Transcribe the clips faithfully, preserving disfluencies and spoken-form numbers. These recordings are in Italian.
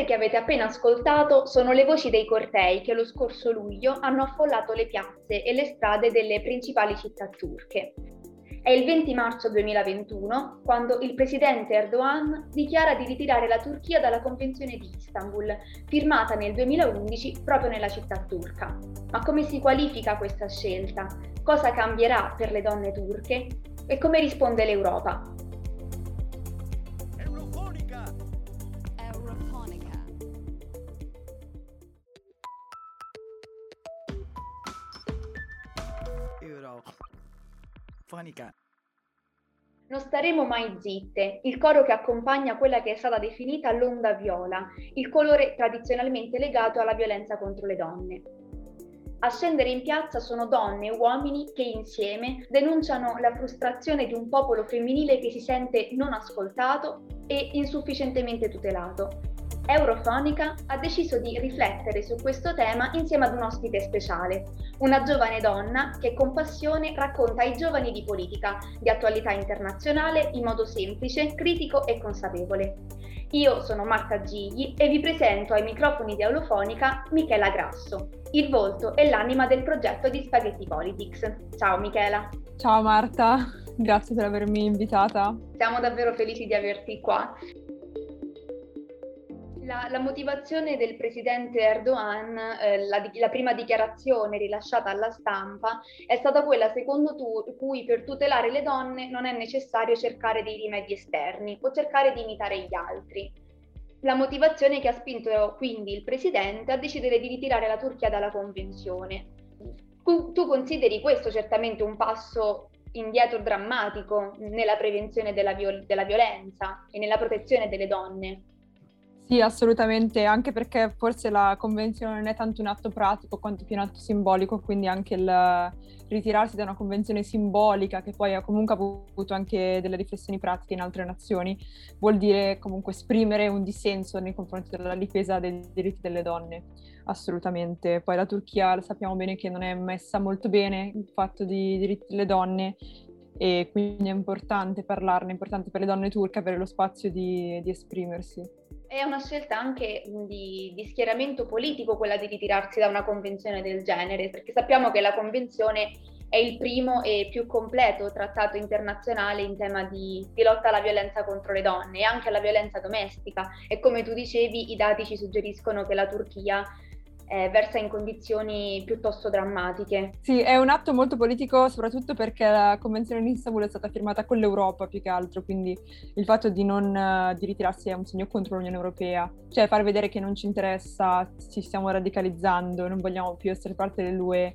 che avete appena ascoltato sono le voci dei cortei che lo scorso luglio hanno affollato le piazze e le strade delle principali città turche. È il venti marzo duemilaventuno quando il presidente Erdogan dichiara di ritirare la Turchia dalla Convenzione di Istanbul, firmata nel duemilaundici proprio nella città turca. Ma come si qualifica questa scelta? Cosa cambierà per le donne turche? E come risponde l'Europa? Eurofonica! Eurofonica. Eurofonica. Non staremo mai zitte, il coro che accompagna quella che è stata definita l'onda viola, il colore tradizionalmente legato alla violenza contro le donne. A scendere in piazza sono donne e uomini che insieme denunciano la frustrazione di un popolo femminile che si sente non ascoltato e insufficientemente tutelato. Eurofonica ha deciso di riflettere su questo tema insieme ad un ospite speciale, una giovane donna che con passione racconta ai giovani di politica, di attualità internazionale in modo semplice, critico e consapevole. Io sono Marta Gigli e vi presento ai microfoni di Eurofonica Michela Grasso, il volto e l'anima del progetto di Spaghetti Politics. Ciao Michela. Ciao Marta, grazie per avermi invitata. Siamo davvero felici di averti qua. La, la motivazione del presidente Erdogan, eh, la, la prima dichiarazione rilasciata alla stampa, è stata quella secondo tu, cui per tutelare le donne non è necessario cercare dei rimedi esterni o cercare di imitare gli altri. La motivazione che ha spinto quindi il presidente a decidere di ritirare la Turchia dalla convenzione. Tu, tu consideri questo certamente un passo indietro drammatico nella prevenzione della, viol- della violenza e nella protezione delle donne? Sì, assolutamente, anche perché forse la convenzione non è tanto un atto pratico quanto più un atto simbolico, quindi anche il ritirarsi da una convenzione simbolica che poi ha comunque avuto anche delle riflessioni pratiche in altre nazioni, vuol dire comunque esprimere un dissenso nei confronti della difesa dei diritti delle donne, assolutamente. Poi la Turchia lo sappiamo bene che non è messa molto bene il fatto di diritti delle donne, e quindi è importante parlarne, è importante per le donne turche avere lo spazio di, di esprimersi. È una scelta anche di, di schieramento politico quella di ritirarsi da una convenzione del genere, perché sappiamo che la convenzione è il primo e più completo trattato internazionale in tema di, di lotta alla violenza contro le donne e anche alla violenza domestica, e come tu dicevi i dati ci suggeriscono che la Turchia Eh, versa in condizioni piuttosto drammatiche. Sì, è un atto molto politico soprattutto perché la Convenzione di Istanbul è stata firmata con l'Europa più che altro, quindi il fatto di non uh, di ritirarsi è un segno contro l'Unione Europea, cioè far vedere che non ci interessa, ci stiamo radicalizzando, non vogliamo più essere parte dell'U E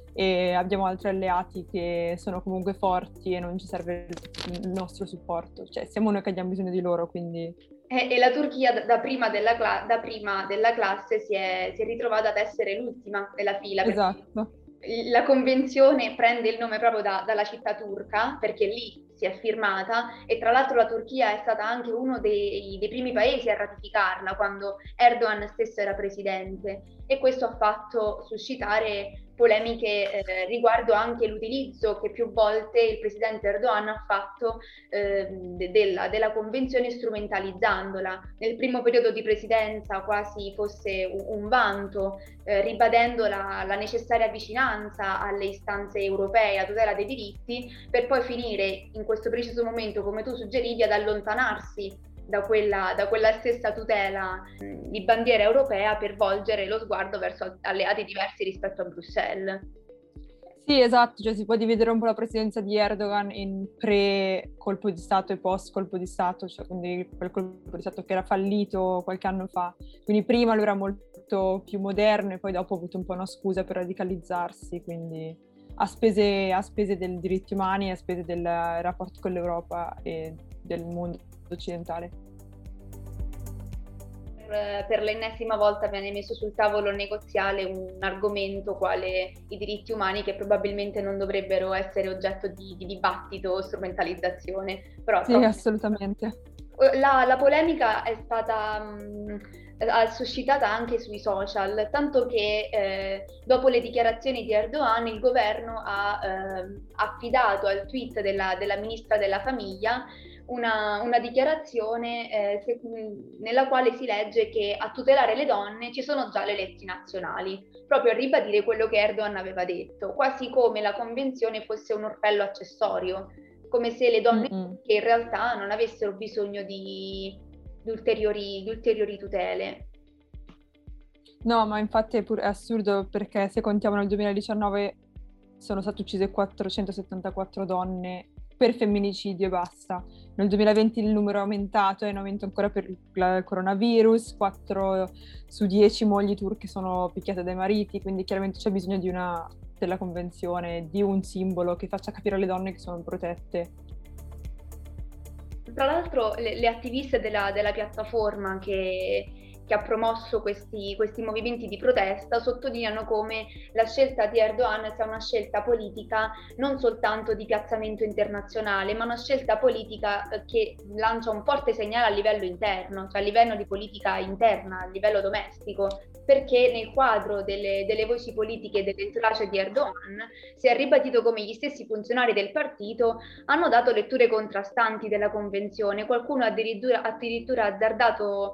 e abbiamo altri alleati che sono comunque forti e non ci serve il nostro supporto, cioè siamo noi che abbiamo bisogno di loro, quindi... E, e la Turchia da, da, prima della cla- da prima della classe si è, si è ritrovata ad essere l'ultima della fila. Esatto. La convenzione prende il nome proprio da, dalla città turca, perché lì si è firmata, e tra l'altro la Turchia è stata anche uno dei, dei primi paesi a ratificarla quando Erdogan stesso era presidente, e questo ha fatto suscitare polemiche eh, riguardo anche l'utilizzo che più volte il presidente Erdogan ha fatto eh, de- della, della convenzione strumentalizzandola. Nel primo periodo di presidenza quasi fosse un, un vanto, eh, ribadendo la, la necessaria vicinanza alle istanze europee a tutela dei diritti, per poi finire in questo preciso momento, come tu suggerivi, ad allontanarsi da quella, da quella stessa tutela di bandiera europea per volgere lo sguardo verso alleati diversi rispetto a Bruxelles. Sì, esatto, cioè si può dividere un po' la presidenza di Erdogan in pre-colpo di Stato e post-colpo di Stato, cioè quindi quel colpo di Stato che era fallito qualche anno fa. Quindi prima lui era molto più moderno e poi dopo ha avuto un po' una scusa per radicalizzarsi, quindi a spese, a spese dei diritti umani e a spese del rapporto con l'Europa e del mondo occidentale. Per l'ennesima volta viene messo sul tavolo negoziale un argomento quale i diritti umani, che probabilmente non dovrebbero essere oggetto di, di dibattito o strumentalizzazione. Però sì, assolutamente. La, la polemica è stata mh, ha suscitata anche sui social, tanto che eh, dopo le dichiarazioni di Erdogan il governo ha eh, affidato al tweet della, della ministra della famiglia una, una dichiarazione eh, se, nella quale si legge che a tutelare le donne ci sono già le leggi nazionali, proprio a ribadire quello che Erdogan aveva detto, quasi come la convenzione fosse un orpello accessorio, come se le donne Mm-mm. che in realtà non avessero bisogno di, di, ulteriori, di ulteriori tutele. No, ma infatti è, pur- è assurdo perché se contiamo nel duemiladiciannove sono state uccise quattrocentosettantaquattro donne per femminicidio e basta. Nel duemilaventi il numero è aumentato, è in aumento ancora per il coronavirus, quattro su dieci mogli turche sono picchiate dai mariti, quindi chiaramente c'è bisogno di una, della convenzione, di un simbolo che faccia capire alle donne che sono protette. Tra l'altro le, le attiviste della, della piattaforma che, che ha promosso questi, questi movimenti di protesta sottolineano come la scelta di Erdogan sia una scelta politica non soltanto di piazzamento internazionale, ma una scelta politica che lancia un forte segnale a livello interno, cioè a livello di politica interna, a livello domestico, perché nel quadro delle, delle voci politiche dell'entourage di Erdogan si è ribadito come gli stessi funzionari del partito hanno dato letture contrastanti della convenzione, qualcuno addirittura, addirittura ha azzardato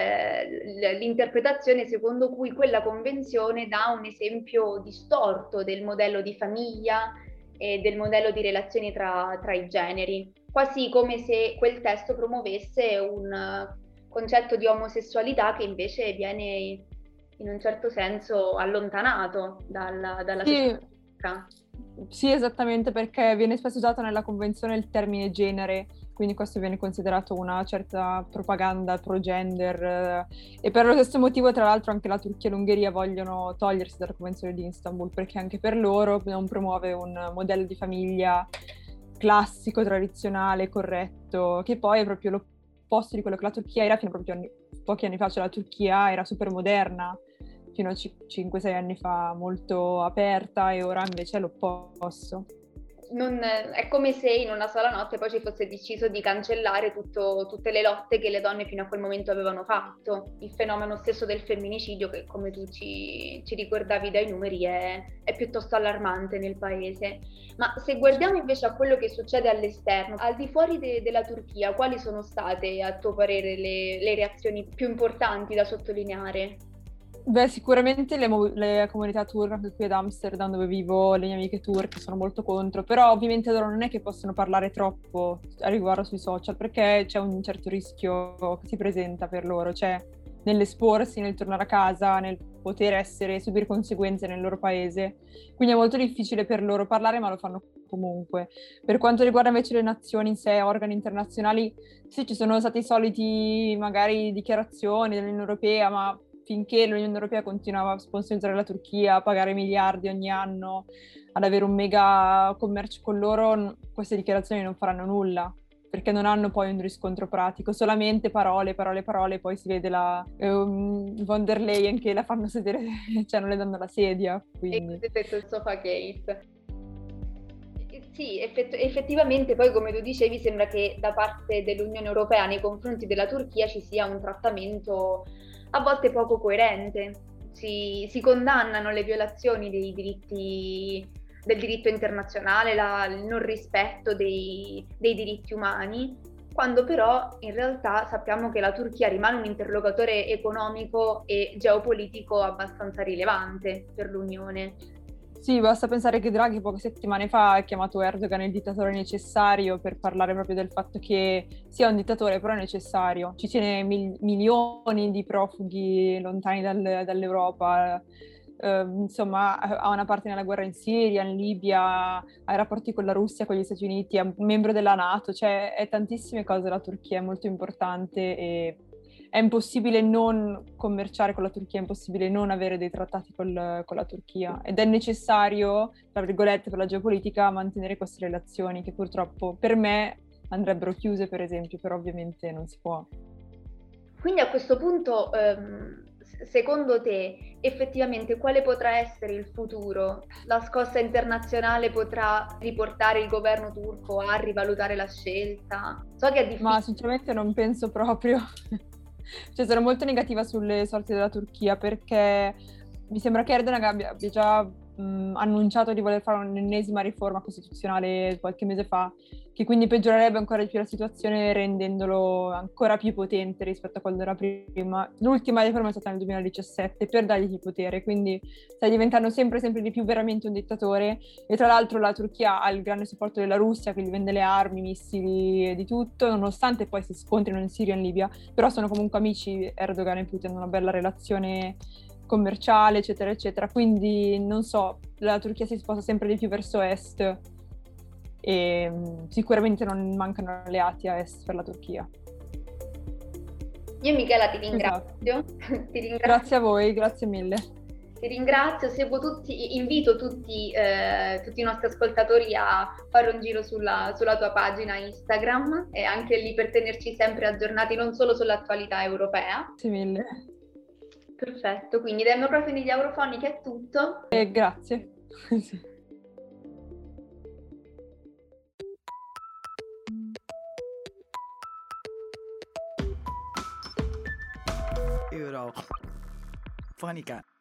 eh, l'interpretazione secondo cui quella convenzione dà un esempio distorto del modello di famiglia e del modello di relazioni tra, tra i generi, quasi come se quel testo promuovesse un concetto di omosessualità che invece viene in un certo senso allontanato dalla, dalla Sì. società. Sì, esattamente, perché viene spesso usato nella convenzione il termine genere, quindi questo viene considerato una certa propaganda pro-gender eh, e per lo stesso motivo tra l'altro anche la Turchia e l'Ungheria vogliono togliersi dalla convenzione di Istanbul, perché anche per loro non promuove un modello di famiglia classico, tradizionale, corretto, che poi è proprio l'opposto di quello che la Turchia era fino a proprio anni, pochi anni fa, cioè la Turchia era super moderna fino a cinque sei anni fa, molto aperta, e ora invece è l'opposto. Non, è come se in una sola notte poi ci fosse deciso di cancellare tutto, tutte le lotte che le donne fino a quel momento avevano fatto. Il fenomeno stesso del femminicidio, che come tu ci, ci ricordavi dai numeri, è, è piuttosto allarmante nel paese. Ma se guardiamo invece a quello che succede all'esterno, al di fuori de, della Turchia, quali sono state a tuo parere le, le reazioni più importanti da sottolineare? Beh, sicuramente le, le comunità turche, anche qui ad Amsterdam dove vivo, le mie amiche turche sono molto contro, però ovviamente loro non è che possono parlare troppo a riguardo sui social, perché c'è un certo rischio che si presenta per loro, cioè nell'esporsi, nel tornare a casa, nel poter essere, subire conseguenze nel loro paese, quindi è molto difficile per loro parlare, ma lo fanno comunque. Per quanto riguarda invece le nazioni in sé, organi internazionali, sì, ci sono stati i soliti magari dichiarazioni dell'Unione Europea, ma finché l'Unione Europea continuava a sponsorizzare la Turchia, a pagare miliardi ogni anno, ad avere un mega commercio con loro, queste dichiarazioni non faranno nulla, perché non hanno poi un riscontro pratico, solamente parole, parole, parole, poi si vede la um, von der Leyen che la fanno sedere, cioè non le danno la sedia. Quindi. E cosiddetto il sofa gate. Sì, effett- effettivamente poi come tu dicevi sembra che da parte dell'Unione Europea nei confronti della Turchia ci sia un trattamento a volte poco coerente. Si, si condannano le violazioni dei diritti, del diritto internazionale, la, il non rispetto dei, dei diritti umani, quando però in realtà sappiamo che la Turchia rimane un interlocutore economico e geopolitico abbastanza rilevante per l'Unione. Sì, basta pensare che Draghi poche settimane fa ha chiamato Erdogan il dittatore necessario, per parlare proprio del fatto che sia un dittatore però è necessario. Ci tiene mil- milioni di profughi lontani dal- dall'Europa, eh, insomma ha una parte nella guerra in Siria, in Libia, ha i rapporti con la Russia, con gli Stati Uniti, è un membro della NATO, cioè è tantissime cose la Turchia, è molto importante e è impossibile non commerciare con la Turchia, è impossibile non avere dei trattati col, con la Turchia ed è necessario, tra virgolette, per la geopolitica mantenere queste relazioni che purtroppo per me andrebbero chiuse, per esempio, però ovviamente non si può. Quindi a questo punto, ehm, secondo te, effettivamente quale potrà essere il futuro? La scossa internazionale potrà riportare il governo turco a rivalutare la scelta? So che è difficile. Ma sinceramente non penso proprio. cioè sono molto negativa sulle sorti della Turchia perché mi sembra che Erdogan abbia, abbia già mh, annunciato di voler fare un'ennesima riforma costituzionale qualche mese fa, che quindi peggiorerebbe ancora di più la situazione rendendolo ancora più potente rispetto a quando era prima. L'ultima riforma è stata nel duemiladiciassette per dargli più potere, quindi sta diventando sempre sempre di più veramente un dittatore e tra l'altro la Turchia ha il grande supporto della Russia che gli vende le armi, missili e di tutto, nonostante poi si scontrino in Siria e in Libia, però sono comunque amici, Erdogan e Putin hanno una bella relazione commerciale, eccetera, eccetera. Quindi non so, la Turchia si sposta sempre di più verso est e mh, sicuramente non mancano alleati a est per la Turchia. Io Michela ti Esatto. ringrazio, ti ringrazio. Grazie a voi, grazie mille. Ti ringrazio, seguo tutti, invito tutti, eh, tutti i nostri ascoltatori a fare un giro sulla, sulla tua pagina Instagram e anche lì per tenerci sempre aggiornati non solo sull'attualità europea. Grazie mille. Perfetto, quindi dai microfoni di Aerofonica è tutto. E grazie. Sì. Eurofonica.